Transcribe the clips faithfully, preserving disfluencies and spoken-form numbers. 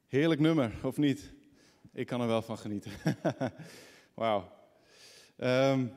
Heerlijk nummer, of niet? Ik kan er wel van genieten. Wauw. Um,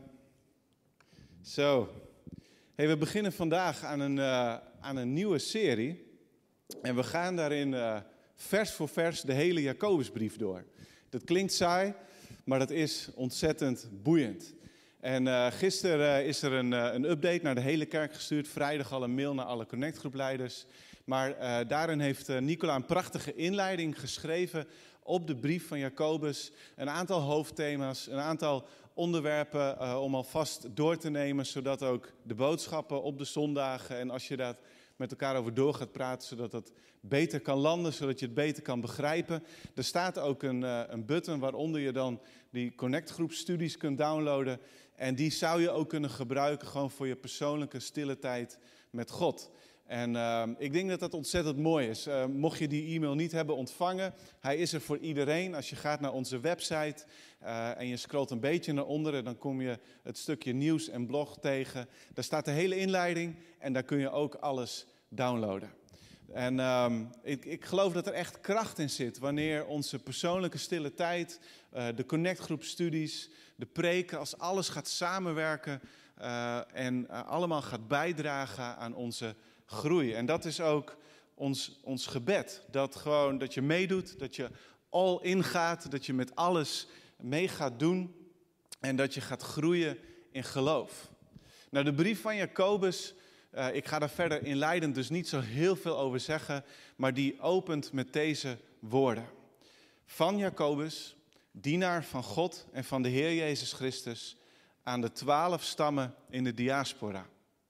Zo. Hey, we beginnen vandaag aan een, uh, aan een nieuwe serie. En we gaan daarin uh, vers voor vers de hele Jacobusbrief door. Dat klinkt saai, maar dat is ontzettend boeiend. En uh, gisteren uh, is er een, uh, een update naar de hele kerk gestuurd. Vrijdag al een mail naar alle connectgroepleiders. Maar uh, daarin heeft uh, Nicola een prachtige inleiding geschreven op de brief van Jacobus. Een aantal hoofdthema's, een aantal onderwerpen uh, om alvast door te nemen. Zodat ook de boodschappen op de zondagen en als je daar met elkaar over door gaat praten, zodat het beter kan landen, zodat je het beter kan begrijpen. Er staat ook een, uh, een button waaronder je dan die connectgroepstudies kunt downloaden. En die zou je ook kunnen gebruiken gewoon voor je persoonlijke stille tijd met God. En uh, ik denk dat dat ontzettend mooi is. Uh, mocht je die e-mail niet hebben ontvangen, hij is er voor iedereen. Als je gaat naar onze website uh, en je scrolt een beetje naar onderen, dan kom je het stukje nieuws en blog tegen. Daar staat de hele inleiding en daar kun je ook alles downloaden. En um, ik, ik geloof dat er echt kracht in zit wanneer onze persoonlijke stille tijd, uh, de connectgroepstudies, de preken, als alles gaat samenwerken uh, en uh, allemaal gaat bijdragen aan onze groei. En dat is ook ons, ons gebed. Dat, gewoon, dat je meedoet, dat je all in gaat, dat je met alles mee gaat doen en dat je gaat groeien in geloof. Nou, de brief van Jacobus, uh, ik ga daar verder inleidend dus niet zo heel veel over zeggen, maar die opent met deze woorden. Van Jacobus, dienaar van God en van de Heer Jezus Christus, aan de twaalf stammen in de diaspora.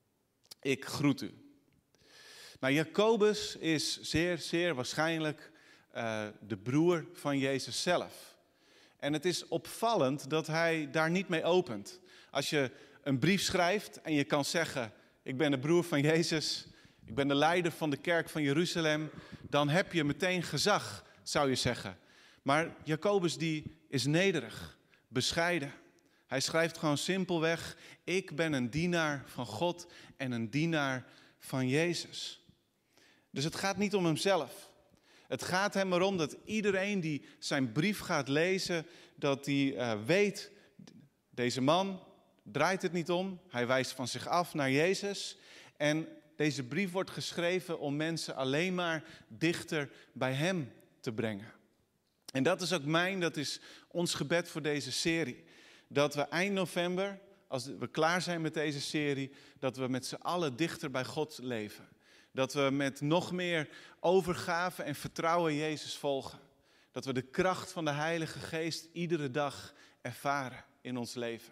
Ik groet u. Nou, Jacobus is zeer, zeer waarschijnlijk uh, de broer van Jezus zelf. En het is opvallend dat hij daar niet mee opent. Als je een brief schrijft en je kan zeggen, ik ben de broer van Jezus, ik ben de leider van de kerk van Jeruzalem, dan heb je meteen gezag, zou je zeggen. Maar Jacobus die is nederig, bescheiden. Hij schrijft gewoon simpelweg, ik ben een dienaar van God en een dienaar van Jezus. Dus het gaat niet om hemzelf. Het gaat hem erom dat iedereen die zijn brief gaat lezen, dat die uh, weet, deze man draait het niet om. Hij wijst van zich af naar Jezus. En deze brief wordt geschreven om mensen alleen maar dichter bij hem te brengen. En dat is ook mijn, dat is ons gebed voor deze serie. Dat we eind november, als we klaar zijn met deze serie, dat we met z'n allen dichter bij God leven. Dat we met nog meer overgave en vertrouwen Jezus volgen. Dat we de kracht van de Heilige Geest iedere dag ervaren in ons leven.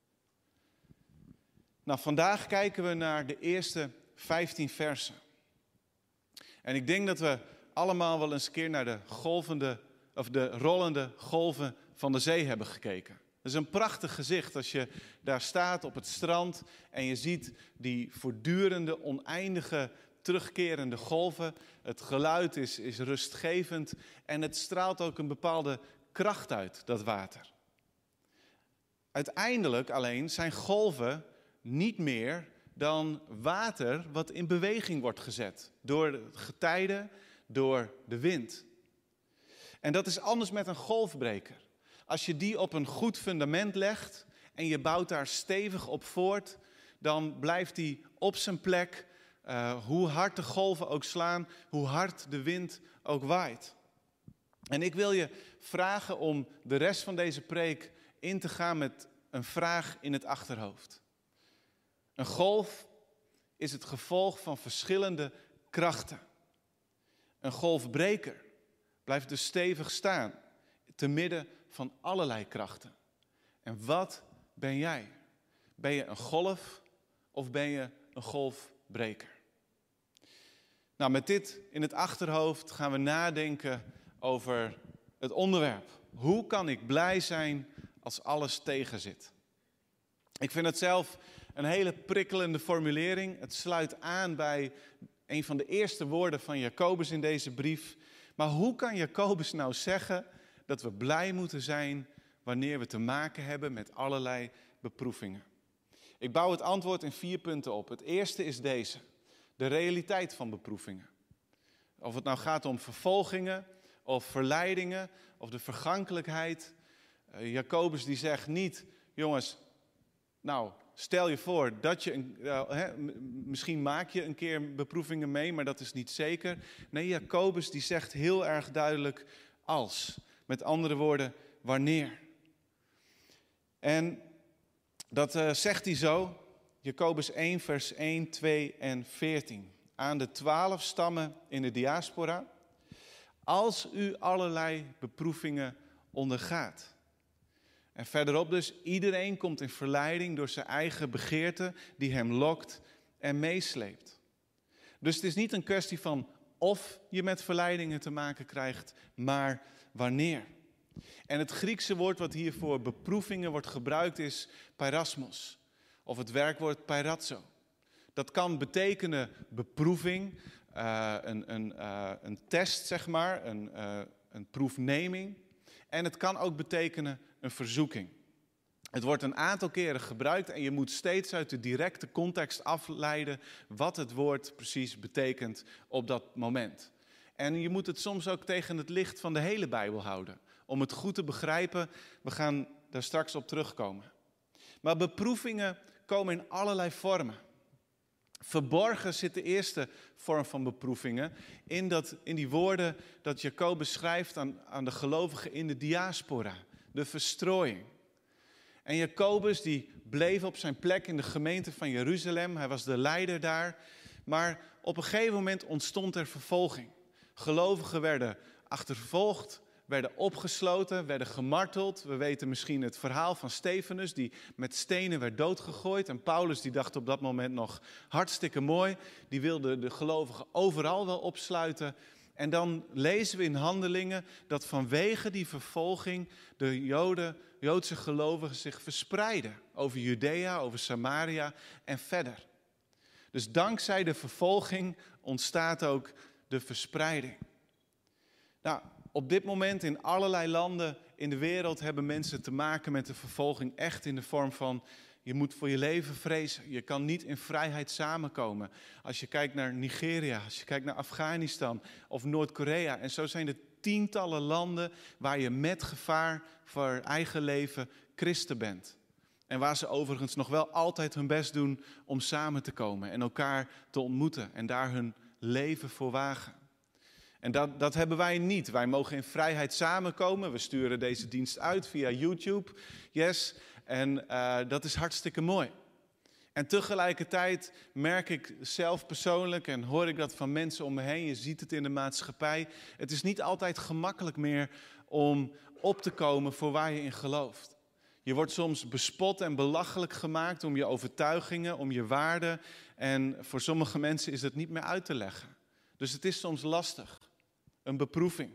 Nou, vandaag kijken we naar de eerste vijftien versen. En ik denk dat we allemaal wel eens een keer naar de golvende, of de rollende golven van de zee hebben gekeken. Het is een prachtig gezicht als je daar staat op het strand en je ziet die voortdurende, oneindige, terugkerende golven. Het geluid is, is rustgevend en het straalt ook een bepaalde kracht uit, dat water. Uiteindelijk alleen zijn golven niet meer dan water wat in beweging wordt gezet. Door het getijde, door de wind. En dat is anders met een golfbreker. Als je die op een goed fundament legt en je bouwt daar stevig op voort, dan blijft die op zijn plek, uh, hoe hard de golven ook slaan, hoe hard de wind ook waait. En ik wil je vragen om de rest van deze preek in te gaan met een vraag in het achterhoofd. Een golf is het gevolg van verschillende krachten. Een golfbreker blijft dus stevig staan, te midden van allerlei krachten. En wat ben jij? Ben je een golf of ben je een golfbreker? Nou, met dit in het achterhoofd gaan we nadenken over het onderwerp. Hoe kan ik blij zijn als alles tegenzit? Ik vind het zelf een hele prikkelende formulering. Het sluit aan bij een van de eerste woorden van Jacobus in deze brief. Maar hoe kan Jacobus nou zeggen dat we blij moeten zijn wanneer we te maken hebben met allerlei beproevingen? Ik bouw het antwoord in vier punten op. Het eerste is deze: de realiteit van beproevingen. Of het nou gaat om vervolgingen, of verleidingen of de vergankelijkheid. Uh, Jacobus die zegt niet, jongens, nou, stel je voor dat je, een, uh, hè, misschien maak je een keer beproevingen mee, maar dat is niet zeker. Nee, Jacobus die zegt heel erg duidelijk als. Met andere woorden, wanneer. En dat uh, zegt hij zo, Jacobus één vers één, twee en veertien. Aan de twaalf stammen in de diaspora. Als u allerlei beproevingen ondergaat. En verderop dus, iedereen komt in verleiding door zijn eigen begeerte die hem lokt en meesleept. Dus het is niet een kwestie van of je met verleidingen te maken krijgt, maar wanneer. En het Griekse woord wat hier voor beproevingen wordt gebruikt is peirasmos. Of het werkwoord peirazzo. Dat kan betekenen beproeving, uh, een, een, uh, een test zeg maar, een, uh, een proefneming. En het kan ook betekenen een verzoeking. Het wordt een aantal keren gebruikt en je moet steeds uit de directe context afleiden wat het woord precies betekent op dat moment. En je moet het soms ook tegen het licht van de hele Bijbel houden. Om het goed te begrijpen, we gaan daar straks op terugkomen. Maar beproevingen komen in allerlei vormen. Verborgen zit de eerste vorm van beproevingen in, dat, in die woorden dat Jacobus schrijft aan, aan de gelovigen in de diaspora. De verstrooiing. En Jacobus die bleef op zijn plek in de gemeente van Jeruzalem. Hij was de leider daar. Maar op een gegeven moment ontstond er vervolging. Gelovigen werden achtervolgd, werden opgesloten, werden gemarteld. We weten misschien het verhaal van Stefanus die met stenen werd doodgegooid. En Paulus die dacht op dat moment nog hartstikke mooi. Die wilde de gelovigen overal wel opsluiten. En dan lezen we in Handelingen dat vanwege die vervolging de Joden, Joodse gelovigen zich verspreiden over Judea, over Samaria en verder. Dus dankzij de vervolging ontstaat ook de verspreiding. Nou, op dit moment in allerlei landen in de wereld hebben mensen te maken met de vervolging echt in de vorm van je moet voor je leven vrezen. Je kan niet in vrijheid samenkomen. Als je kijkt naar Nigeria, als je kijkt naar Afghanistan of Noord-Korea. En zo zijn er tientallen landen waar je met gevaar voor eigen leven christen bent. En waar ze overigens nog wel altijd hun best doen om samen te komen en elkaar te ontmoeten en daar hun leven voor wagen. En dat, dat hebben wij niet. Wij mogen in vrijheid samenkomen. We sturen deze dienst uit via YouTube. Yes. En uh, dat is hartstikke mooi. En tegelijkertijd merk ik zelf persoonlijk en hoor ik dat van mensen om me heen. Je ziet het in de maatschappij. Het is niet altijd gemakkelijk meer om op te komen voor waar je in gelooft. Je wordt soms bespot en belachelijk gemaakt om je overtuigingen, om je waarden. En voor sommige mensen is het niet meer uit te leggen. Dus het is soms lastig. Een beproeving.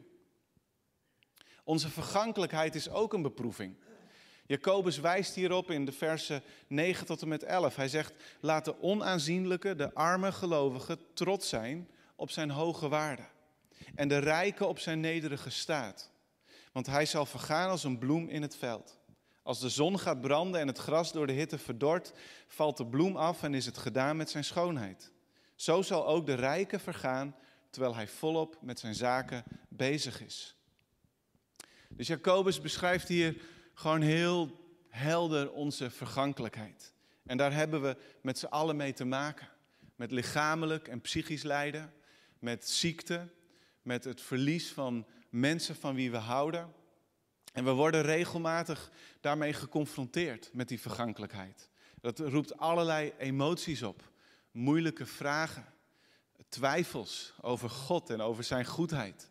Onze vergankelijkheid is ook een beproeving. Jacobus wijst hierop in de versen negen tot en met elf. Hij zegt, laat de onaanzienlijke, de arme gelovige trots zijn op zijn hoge waarde. En de rijke op zijn nederige staat. Want hij zal vergaan als een bloem in het veld. Als de zon gaat branden en het gras door de hitte verdort, valt de bloem af en is het gedaan met zijn schoonheid. Zo zal ook de rijke vergaan, terwijl hij volop met zijn zaken bezig is. Dus Jacobus beschrijft hier gewoon heel helder onze vergankelijkheid. En daar hebben we met z'n allen mee te maken. Met lichamelijk en psychisch lijden, met ziekte, met het verlies van mensen van wie we houden. En we worden regelmatig daarmee geconfronteerd met die vergankelijkheid. Dat roept allerlei emoties op, moeilijke vragen. Twijfels over God en over zijn goedheid.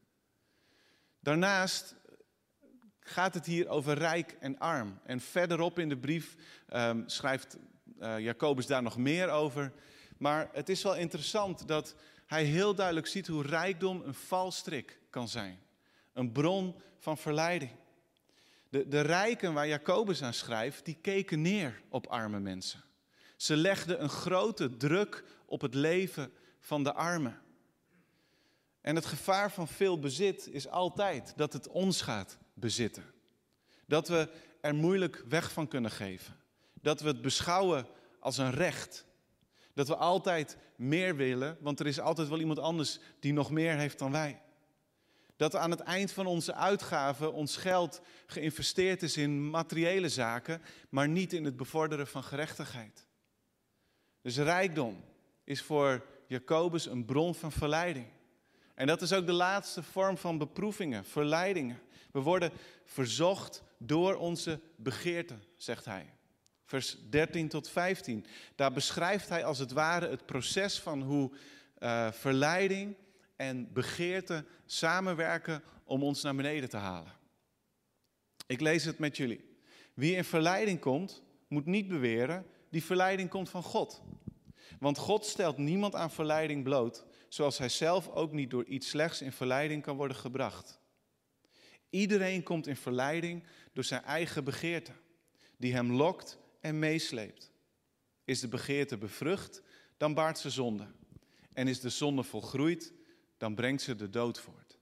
Daarnaast gaat het hier over rijk en arm. En verderop in de brief um, schrijft uh, Jacobus daar nog meer over. Maar het is wel interessant dat hij heel duidelijk ziet hoe rijkdom een valstrik kan zijn. Een bron van verleiding. De, de rijken waar Jacobus aan schrijft, die keken neer op arme mensen. Ze legden een grote druk op het leven van de armen. En het gevaar van veel bezit is altijd dat het ons gaat bezitten. Dat we er moeilijk weg van kunnen geven. Dat we het beschouwen als een recht. Dat we altijd meer willen, want er is altijd wel iemand anders die nog meer heeft dan wij. Dat aan het eind van onze uitgaven ons geld geïnvesteerd is in materiële zaken, maar niet in het bevorderen van gerechtigheid. Dus rijkdom is voor Jacobus een bron van verleiding. En dat is ook de laatste vorm van beproevingen, verleidingen. We worden verzocht door onze begeerten, zegt hij. Vers dertien tot vijftien. Daar beschrijft hij als het ware het proces van hoe uh, verleiding en begeerte samenwerken om ons naar beneden te halen. Ik lees het met jullie. Wie in verleiding komt, moet niet beweren, die verleiding komt van God. Want God stelt niemand aan verleiding bloot, zoals hij zelf ook niet door iets slechts in verleiding kan worden gebracht. Iedereen komt in verleiding door zijn eigen begeerte, die hem lokt en meesleept. Is de begeerte bevrucht, dan baart ze zonde. En is de zonde volgroeid, dan brengt ze de dood voort.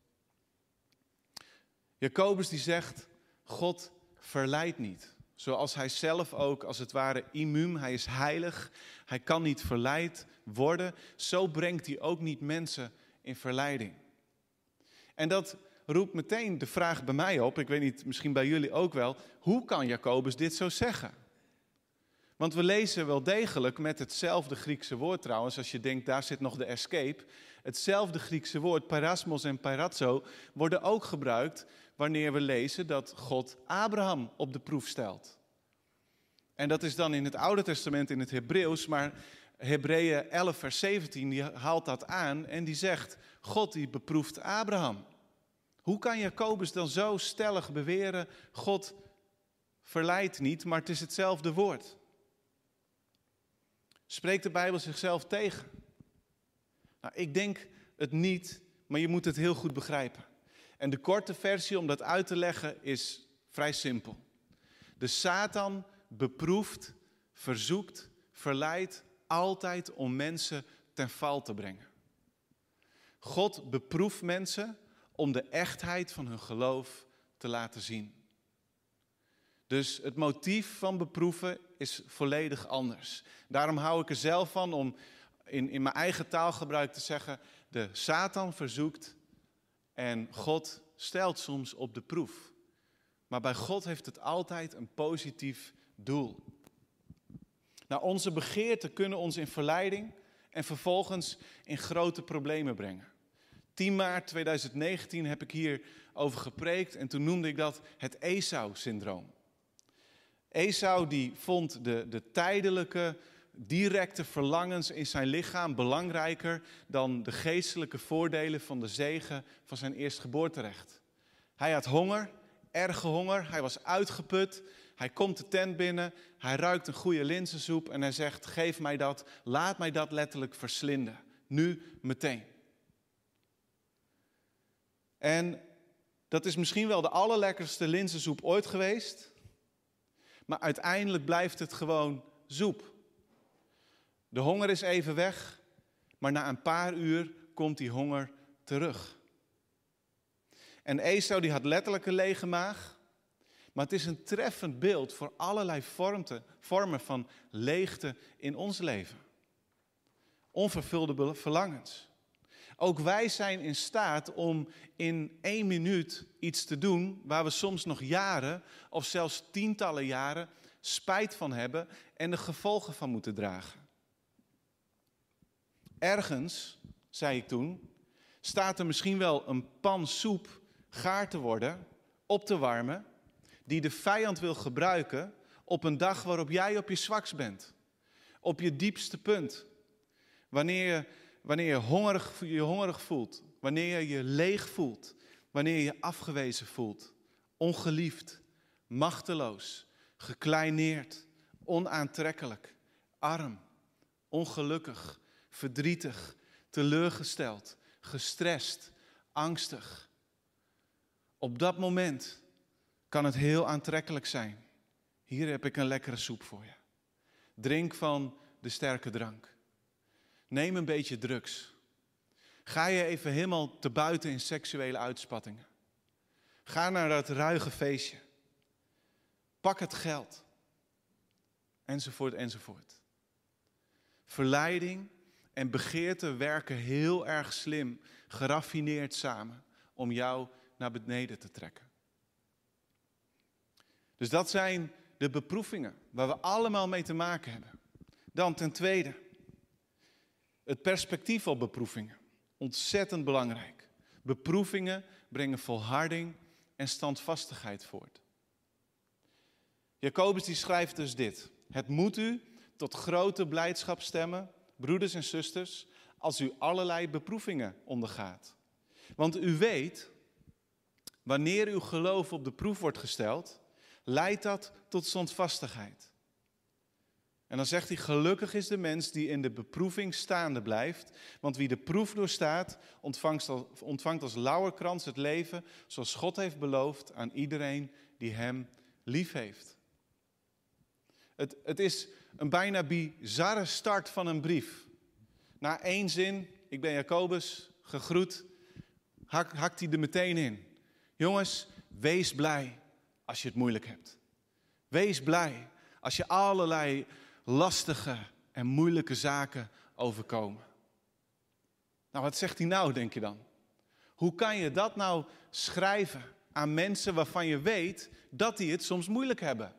Jacobus die zegt, God verleidt niet. Zoals hij zelf ook als het ware immuun, hij is heilig, hij kan niet verleid worden. Zo brengt hij ook niet mensen in verleiding. En dat roept meteen de vraag bij mij op, ik weet niet, misschien bij jullie ook wel, hoe kan Jacobus dit zo zeggen? Want we lezen wel degelijk met hetzelfde Griekse woord trouwens, als je denkt daar zit nog de escape. Hetzelfde Griekse woord, parasmos en parazzo, worden ook gebruikt wanneer we lezen dat God Abraham op de proef stelt. En dat is dan in het Oude Testament in het Hebreeuws, maar Hebreeën elf vers zeventien die haalt dat aan en die zegt, God die beproeft Abraham. Hoe kan Jacobus dan zo stellig beweren, God verleidt niet, maar het is hetzelfde woord? Spreekt de Bijbel zichzelf tegen? Nou, ik denk het niet, maar je moet het heel goed begrijpen. En de korte versie om dat uit te leggen is vrij simpel. De Satan beproeft, verzoekt, verleidt altijd om mensen ten val te brengen. God beproeft mensen om de echtheid van hun geloof te laten zien. Dus het motief van beproeven is volledig anders. Daarom hou ik er zelf van om in, in mijn eigen taalgebruik te zeggen, de Satan verzoekt en God stelt soms op de proef. Maar bij God heeft het altijd een positief doel. Nou, onze begeerten kunnen ons in verleiding en vervolgens in grote problemen brengen. tien maart tweeduizend negentien heb ik hier over gepreekt en toen noemde ik dat het Esau-syndroom. Esau die vond de, de tijdelijke, directe verlangens in zijn lichaam belangrijker dan de geestelijke voordelen van de zegen van zijn eerstgeboorterecht. Hij had honger, erge honger, hij was uitgeput, hij komt de tent binnen, hij ruikt een goede linzensoep en hij zegt, geef mij dat, laat mij dat letterlijk verslinden, nu meteen. En dat is misschien wel de allerlekkerste linzensoep ooit geweest, maar uiteindelijk blijft het gewoon soep. De honger is even weg, maar na een paar uur komt die honger terug. En Esau die had letterlijk een lege maag, maar het is een treffend beeld voor allerlei vormte, vormen van leegte in ons leven. Onvervulde verlangens. Ook wij zijn in staat om in één minuut iets te doen waar we soms nog jaren of zelfs tientallen jaren spijt van hebben en de gevolgen van moeten dragen. Ergens, zei ik toen, staat er misschien wel een pan soep gaar te worden, op te warmen, die de vijand wil gebruiken op een dag waarop jij op je zwakst bent. Op je diepste punt. Wanneer je, wanneer je, hongerig, je hongerig voelt, wanneer je je leeg voelt, wanneer je je afgewezen voelt, ongeliefd, machteloos, gekleineerd, onaantrekkelijk, arm, ongelukkig, verdrietig, teleurgesteld, gestrest, angstig. Op dat moment kan het heel aantrekkelijk zijn. Hier heb ik een lekkere soep voor je. Drink van de sterke drank. Neem een beetje drugs. Ga je even helemaal te buiten in seksuele uitspattingen. Ga naar dat ruige feestje. Pak het geld. Enzovoort, enzovoort. Verleiding en begeerte werken heel erg slim, geraffineerd samen om jou naar beneden te trekken. Dus dat zijn de beproevingen waar we allemaal mee te maken hebben. Dan ten tweede, het perspectief op beproevingen. Ontzettend belangrijk. Beproevingen brengen volharding en standvastigheid voort. Jacobus die schrijft dus dit. Het moet u tot grote blijdschap stemmen, broeders en zusters, als u allerlei beproevingen ondergaat. Want u weet, wanneer uw geloof op de proef wordt gesteld, leidt dat tot standvastigheid. En dan zegt hij, gelukkig is de mens die in de beproeving staande blijft. Want wie de proef doorstaat, ontvangt als, ontvangt als lauwerkrans het leven, zoals God heeft beloofd aan iedereen die hem lief heeft. Het, het is een bijna bizarre start van een brief. Na één zin, ik ben Jacobus, gegroet, hak, hakt hij er meteen in. Jongens, wees blij als je het moeilijk hebt. Wees blij als je allerlei lastige en moeilijke zaken overkomen. Nou, wat zegt hij nou, denk je dan? Hoe kan je dat nou schrijven aan mensen waarvan je weet dat die het soms moeilijk hebben?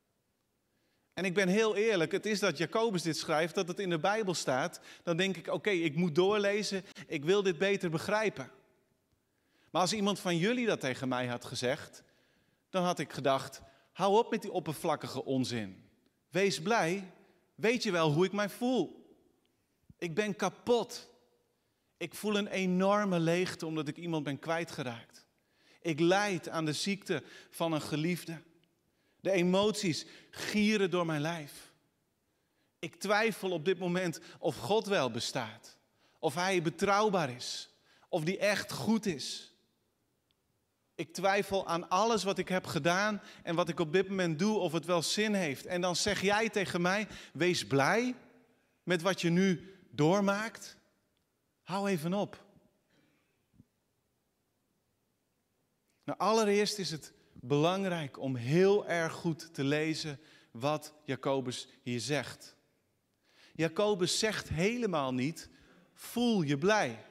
En ik ben heel eerlijk, het is dat Jacobus dit schrijft, dat het in de Bijbel staat. Dan denk ik, oké, okay, ik moet doorlezen, ik wil dit beter begrijpen. Maar als iemand van jullie dat tegen mij had gezegd, dan had ik gedacht, hou op met die oppervlakkige onzin. Wees blij, weet je wel hoe ik mij voel? Ik ben kapot. Ik voel een enorme leegte omdat ik iemand ben kwijtgeraakt. Ik lijd aan de ziekte van een geliefde. De emoties gieren door mijn lijf. Ik twijfel op dit moment of God wel bestaat. Of hij betrouwbaar is. Of die echt goed is. Ik twijfel aan alles wat ik heb gedaan en wat ik op dit moment doe, of het wel zin heeft. En dan zeg jij tegen mij, wees blij met wat je nu doormaakt. Hou even op. Nou, allereerst is het belangrijk om heel erg goed te lezen wat Jacobus hier zegt. Jacobus zegt helemaal niet, voel je blij.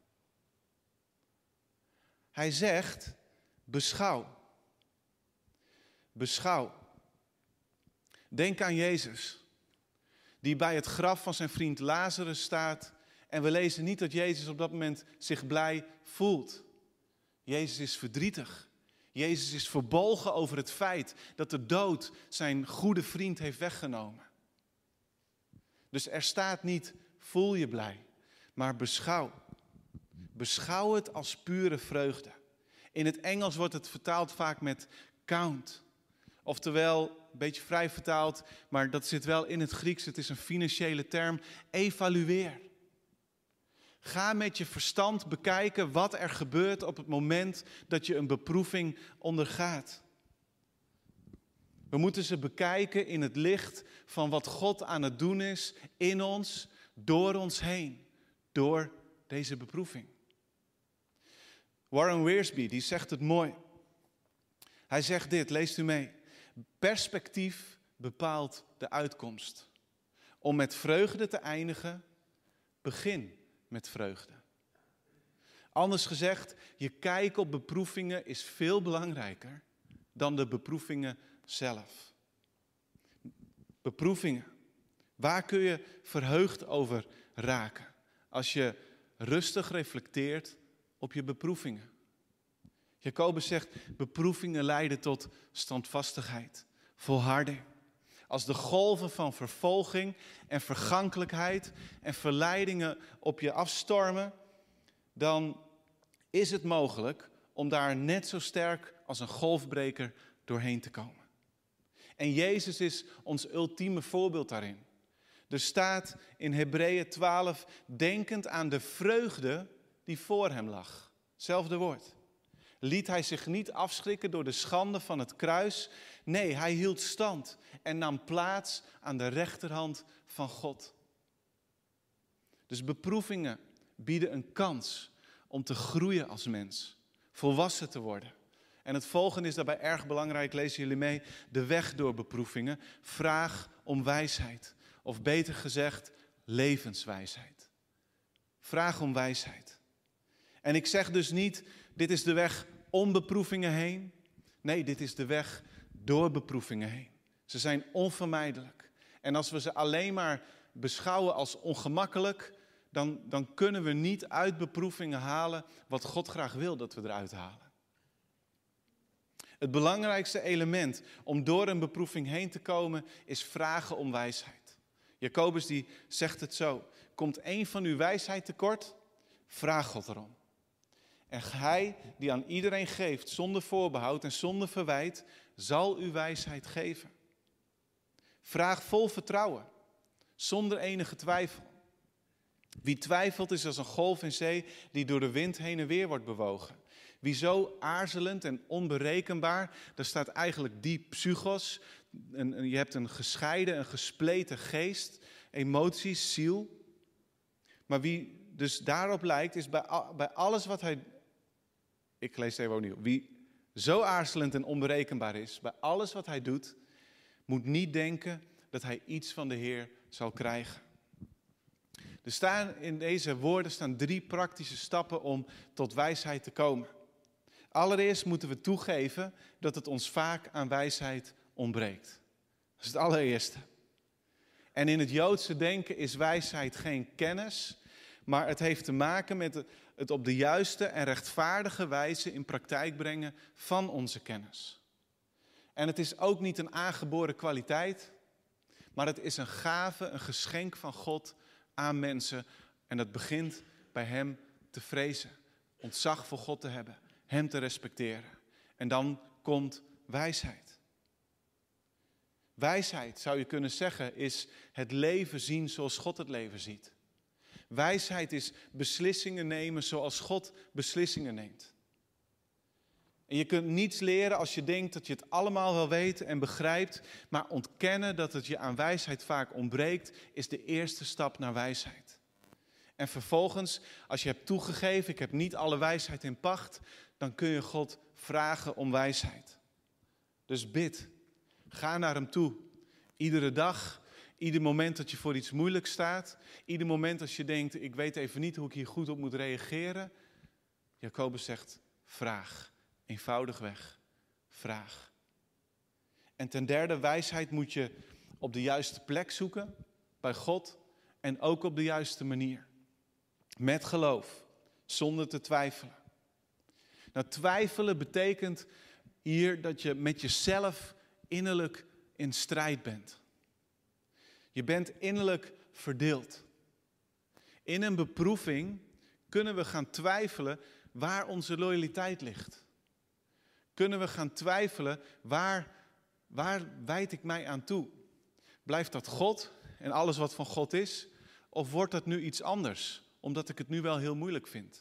Hij zegt, beschouw. Beschouw. Denk aan Jezus, die bij het graf van zijn vriend Lazarus staat. En we lezen niet dat Jezus op dat moment zich blij voelt. Jezus is verdrietig. Jezus is verbolgen over het feit dat de dood zijn goede vriend heeft weggenomen. Dus er staat niet, voel je blij, maar beschouw. Beschouw het als pure vreugde. In het Engels wordt het vertaald vaak met count. Oftewel, een beetje vrij vertaald, maar dat zit wel in het Grieks. Het is een financiële term. Evalueer. Ga met je verstand bekijken wat er gebeurt op het moment dat je een beproeving ondergaat. We moeten ze bekijken in het licht van wat God aan het doen is in ons, door ons heen, door deze beproeving. Warren Wiersbe, die zegt het mooi. Hij zegt dit, leest u mee. Perspectief bepaalt de uitkomst. Om met vreugde te eindigen, begin met vreugde. Anders gezegd, je kijk op beproevingen is veel belangrijker dan de beproevingen zelf. Beproevingen. Waar kun je verheugd over raken? Als je rustig reflecteert op je beproevingen. Jacobus zegt, beproevingen leiden tot standvastigheid, volharding. Als de golven van vervolging en vergankelijkheid en verleidingen op je afstormen, dan is het mogelijk om daar net zo sterk als een golfbreker doorheen te komen. En Jezus is ons ultieme voorbeeld daarin. Er staat in Hebreeën twaalf, denkend aan de vreugde die voor hem lag. Hetzelfde woord. Liet hij zich niet afschrikken door de schande van het kruis. Nee, hij hield stand en nam plaats aan de rechterhand van God. Dus beproevingen bieden een kans om te groeien als mens. Volwassen te worden. En het volgende is daarbij erg belangrijk, lezen jullie mee. De weg door beproevingen. Vraag om wijsheid. Of beter gezegd, levenswijsheid. Vraag om wijsheid. En ik zeg dus niet, dit is de weg om beproevingen heen. Nee, dit is de weg door beproevingen heen. Ze zijn onvermijdelijk. En als we ze alleen maar beschouwen als ongemakkelijk, dan, dan kunnen we niet uit beproevingen halen wat God graag wil dat we eruit halen. Het belangrijkste element om door een beproeving heen te komen is vragen om wijsheid. Jacobus die zegt het zo: komt één van uw wijsheid tekort? Vraag God erom. En hij die aan iedereen geeft zonder voorbehoud en zonder verwijt, zal u wijsheid geven. Vraag vol vertrouwen, zonder enige twijfel. Wie twijfelt is als een golf in zee die door de wind heen en weer wordt bewogen. Wie zo aarzelend en onberekenbaar, daar staat eigenlijk die psychos. Je hebt een gescheiden, een gespleten geest, emoties, ziel. Maar wie dus daarop lijkt, is bij, bij alles wat hij... Ik lees het even opnieuw. Wie zo aarzelend en onberekenbaar is, bij alles wat hij doet, moet niet denken dat hij iets van de Heer zal krijgen. Er staan in deze woorden staan drie praktische stappen om tot wijsheid te komen. Allereerst moeten we toegeven dat het ons vaak aan wijsheid ontbreekt. Dat is het allereerste. En in het Joodse denken is wijsheid geen kennis, maar het heeft te maken met het op de juiste en rechtvaardige wijze in praktijk brengen van onze kennis. En het is ook niet een aangeboren kwaliteit, maar het is een gave, een geschenk van God aan mensen. En dat begint bij Hem te vrezen, ontzag voor God te hebben, Hem te respecteren. En dan komt wijsheid. Wijsheid, zou je kunnen zeggen, is het leven zien zoals God het leven ziet. Wijsheid is beslissingen nemen zoals God beslissingen neemt. En je kunt niets leren als je denkt dat je het allemaal wel weet en begrijpt, maar ontkennen dat het je aan wijsheid vaak ontbreekt, is de eerste stap naar wijsheid. En vervolgens, als je hebt toegegeven, ik heb niet alle wijsheid in pacht, dan kun je God vragen om wijsheid. Dus bid, ga naar Hem toe, iedere dag. Ieder moment dat je voor iets moeilijks staat, ieder moment als je denkt, ik weet even niet hoe ik hier goed op moet reageren. Jacobus zegt, vraag. Eenvoudigweg, vraag. En ten derde, wijsheid moet je op de juiste plek zoeken, bij God en ook op de juiste manier. Met geloof, zonder te twijfelen. Nou, twijfelen betekent hier dat je met jezelf innerlijk in strijd bent. Je bent innerlijk verdeeld. In een beproeving kunnen we gaan twijfelen waar onze loyaliteit ligt. Kunnen we gaan twijfelen, waar, waar wijd ik mij aan toe? Blijft dat God en alles wat van God is? Of wordt dat nu iets anders, omdat ik het nu wel heel moeilijk vind?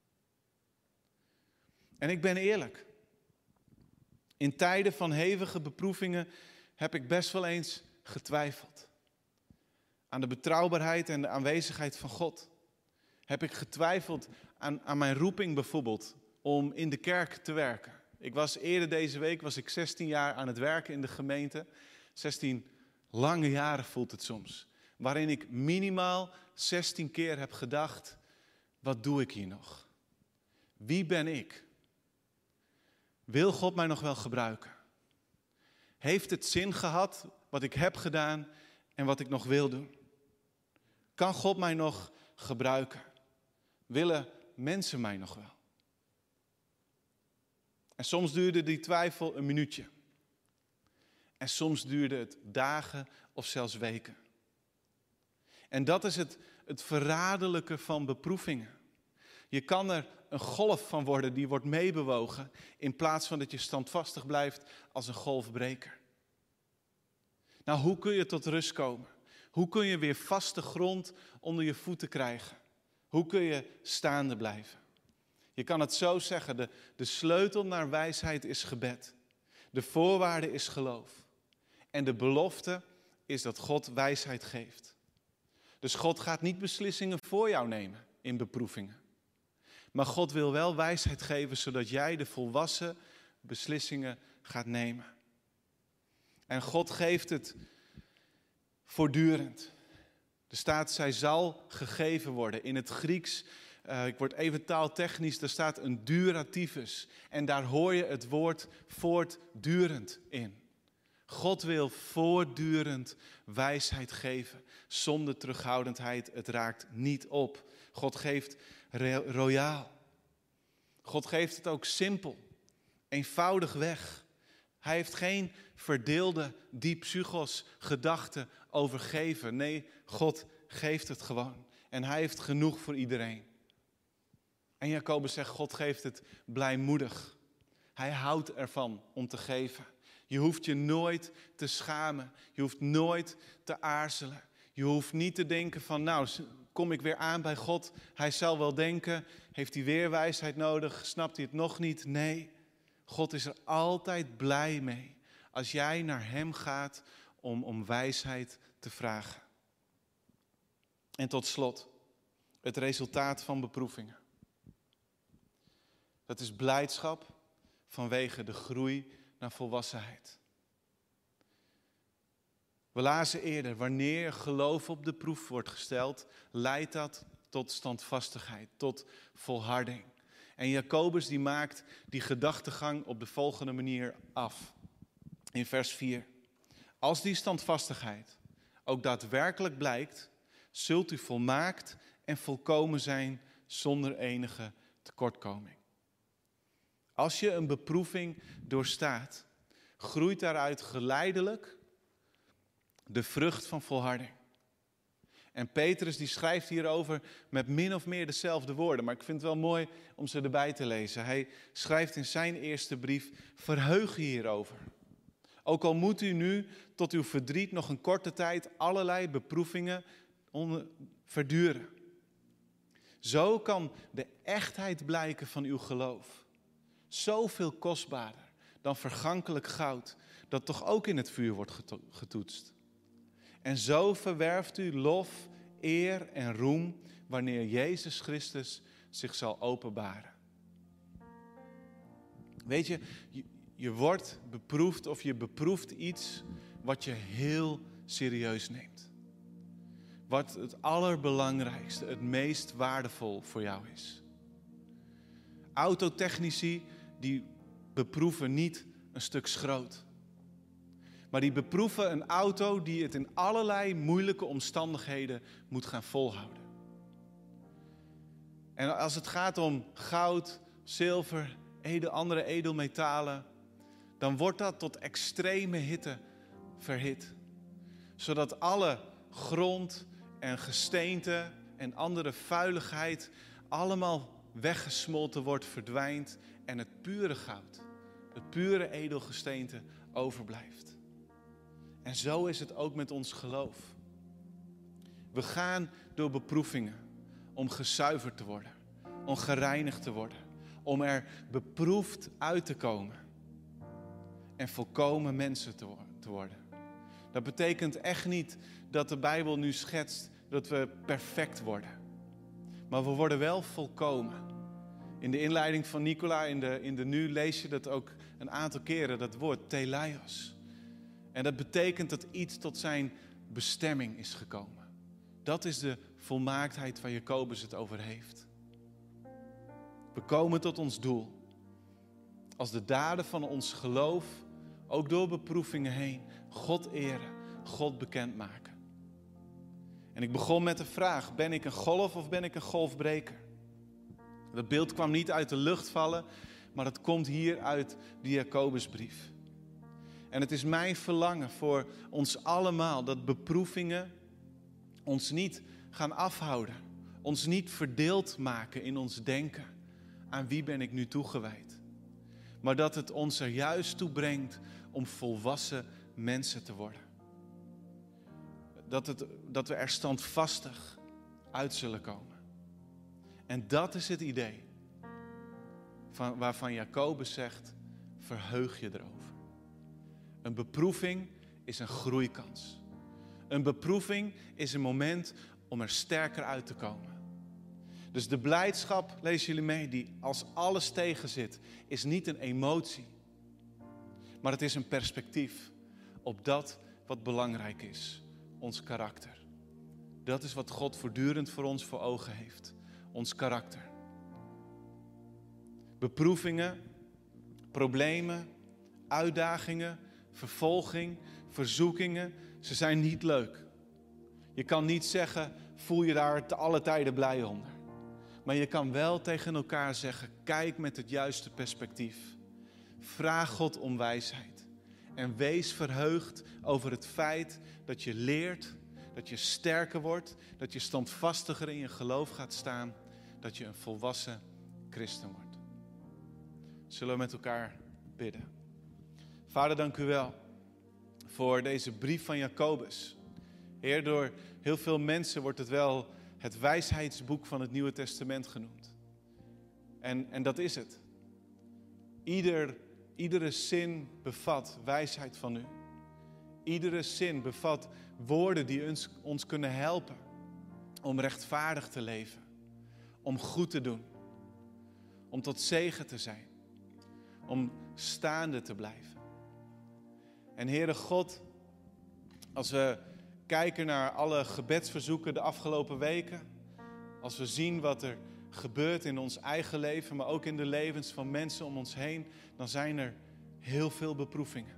En ik ben eerlijk. In tijden van hevige beproevingen heb ik best wel eens getwijfeld. Aan de betrouwbaarheid en de aanwezigheid van God. Heb ik getwijfeld aan, aan mijn roeping bijvoorbeeld om in de kerk te werken. Ik was eerder deze week was ik zestien jaar aan het werken in de gemeente. zestien lange jaren voelt het soms. Waarin ik minimaal zestien keer heb gedacht, wat doe ik hier nog? Wie ben ik? Wil God mij nog wel gebruiken? Heeft het zin gehad wat ik heb gedaan en wat ik nog wil doen? Kan God mij nog gebruiken? Willen mensen mij nog wel? En soms duurde die twijfel een minuutje. En soms duurde het dagen of zelfs weken. En dat is het, het verraderlijke van beproevingen. Je kan er een golf van worden die wordt meebewogen, in plaats van dat je standvastig blijft als een golfbreker. Nou, hoe kun je tot rust komen? Hoe kun je weer vaste grond onder je voeten krijgen? Hoe kun je staande blijven? Je kan het zo zeggen, de, de sleutel naar wijsheid is gebed. De voorwaarde is geloof. En de belofte is dat God wijsheid geeft. Dus God gaat niet beslissingen voor jou nemen in beproevingen. Maar God wil wel wijsheid geven, zodat jij de volwassen beslissingen gaat nemen. En God geeft het voortdurend. Er staat, zij zal gegeven worden. In het Grieks Uh, ik word even taaltechnisch, er staat een durativus. En daar hoor je het woord voortdurend in. God wil voortdurend wijsheid geven, zonder terughoudendheid. Het raakt niet op. God geeft royaal. God geeft het ook simpel, eenvoudig weg. Hij heeft geen verdeelde diepsygos gedachten over geven. Nee, God geeft het gewoon. En hij heeft genoeg voor iedereen. En Jacobus zegt, God geeft het blijmoedig. Hij houdt ervan om te geven. Je hoeft je nooit te schamen. Je hoeft nooit te aarzelen. Je hoeft niet te denken van, nou, kom ik weer aan bij God. Hij zal wel denken, heeft hij weer wijsheid nodig? Snapt hij het nog niet? Nee, God is er altijd blij mee. Als jij naar hem gaat om, om wijsheid te vragen. En tot slot, het resultaat van beproevingen. Dat is blijdschap vanwege de groei naar volwassenheid. We lazen eerder, wanneer geloof op de proef wordt gesteld, leidt dat tot standvastigheid, tot volharding. En Jacobus die maakt die gedachtegang op de volgende manier af. In vers vier. Als die standvastigheid ook daadwerkelijk blijkt, zult u volmaakt en volkomen zijn zonder enige tekortkoming. Als je een beproeving doorstaat, groeit daaruit geleidelijk de vrucht van volharding. En Petrus die schrijft hierover met min of meer dezelfde woorden. Maar ik vind het wel mooi om ze erbij te lezen. Hij schrijft in zijn eerste brief, verheug je hierover. Ook al moet u nu tot uw verdriet nog een korte tijd allerlei beproevingen verduren. Zo kan de echtheid blijken van uw geloof. Zoveel kostbaarder dan vergankelijk goud, dat toch ook in het vuur wordt getoetst. En zo verwerft u lof, eer en roem wanneer Jezus Christus zich zal openbaren. Weet je, je, je wordt beproefd of je beproeft iets wat je heel serieus neemt. Wat het allerbelangrijkste, het meest waardevol voor jou is. Autotechnici die beproeven niet een stuk schroot. Maar die beproeven een auto die het in allerlei moeilijke omstandigheden moet gaan volhouden. En als het gaat om goud, zilver, edel, andere edelmetalen, dan wordt dat tot extreme hitte verhit. Zodat alle grond en gesteente en andere vuiligheid allemaal weggesmolten wordt, verdwijnt en het pure goud, het pure edelgesteente overblijft. En zo is het ook met ons geloof. We gaan door beproevingen om gezuiverd te worden, om gereinigd te worden, om er beproefd uit te komen en volkomen mensen te worden. Dat betekent echt niet dat de Bijbel nu schetst dat we perfect worden. Maar we worden wel volkomen. In de inleiding van Nicola, in de, in de nu lees je dat ook een aantal keren, dat woord teleios. En dat betekent dat iets tot zijn bestemming is gekomen. Dat is de volmaaktheid waar Jacobus het over heeft. We komen tot ons doel. Als de daden van ons geloof, ook door beproevingen heen, God eren, God bekendmaken. En ik begon met de vraag, ben ik een golf of ben ik een golfbreker? Dat beeld kwam niet uit de lucht vallen, maar het komt hier uit de Jacobusbrief. En het is mijn verlangen voor ons allemaal dat beproevingen ons niet gaan afhouden. Ons niet verdeeld maken in ons denken. Aan wie ben ik nu toegewijd? Maar dat het ons er juist toe brengt om volwassen mensen te worden. Dat, het, dat we er standvastig uit zullen komen. En dat is het idee van, waarvan Jacobus zegt, verheug je erover. Een beproeving is een groeikans. Een beproeving is een moment om er sterker uit te komen. Dus de blijdschap, lezen jullie mee, die als alles tegen zit, is niet een emotie. Maar het is een perspectief op dat wat belangrijk is. Ons karakter. Dat is wat God voortdurend voor ons voor ogen heeft. ons karakter. Beproevingen, problemen, uitdagingen, vervolging, verzoekingen, ze zijn niet leuk. Je kan niet zeggen, voel je daar te alle tijden blij onder. Maar je kan wel tegen elkaar zeggen, kijk met het juiste perspectief. Vraag God om wijsheid. En wees verheugd over het feit dat je leert, dat je sterker wordt, dat je standvastiger in je geloof gaat staan, dat je een volwassen christen wordt. Zullen we met elkaar bidden. Vader, dank u wel voor deze brief van Jacobus. Heer, door heel veel mensen wordt het wel het wijsheidsboek van het Nieuwe Testament genoemd. En, en dat is het. Ieder, iedere zin bevat wijsheid van u. Iedere zin bevat woorden die ons, ons kunnen helpen om rechtvaardig te leven. Om goed te doen. Om tot zegen te zijn. Om staande te blijven. En Heere God, als we kijken naar alle gebedsverzoeken de afgelopen weken, als we zien wat er gebeurt in ons eigen leven, maar ook in de levens van mensen om ons heen, dan zijn er heel veel beproevingen.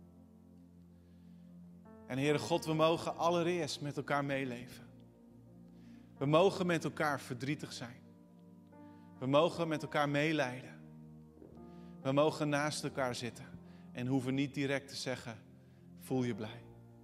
En Heere God, we mogen allereerst met elkaar meeleven. We mogen met elkaar verdrietig zijn. We mogen met elkaar meelijden. We mogen naast elkaar zitten en hoeven niet direct te zeggen, voel je blij.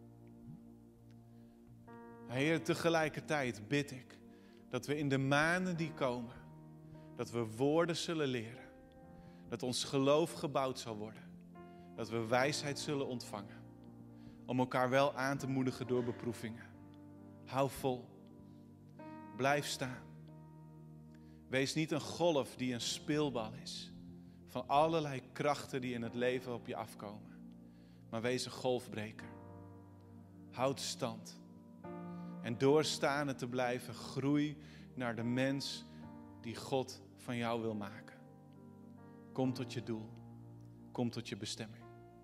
Heer, tegelijkertijd bid ik dat we in de maanden die komen, dat we woorden zullen leren. Dat ons geloof gebouwd zal worden. Dat we wijsheid zullen ontvangen. Om elkaar wel aan te moedigen door beproevingen. Hou vol. Blijf staan. Wees niet een golf die een speelbal is. Van allerlei krachten die in het leven op je afkomen. Maar wees een golfbreker. Houd stand. En door staande te blijven, groei naar de mens die God van jou wil maken. Kom tot je doel. Kom tot je bestemming.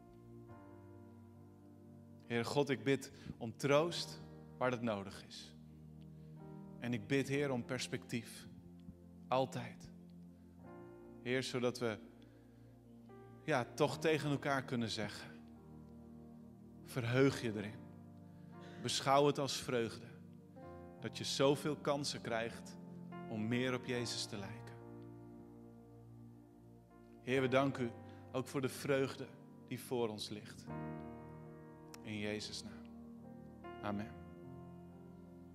Heer God, ik bid om troost waar dat nodig is. En ik bid, Heer, om perspectief. Altijd. Heer, zodat we ja, toch tegen elkaar kunnen zeggen. Verheug je erin. Beschouw het als vreugde. Dat je zoveel kansen krijgt om meer op Jezus te lijken. Heer, we danken u ook voor de vreugde die voor ons ligt. In Jezus' naam. Amen.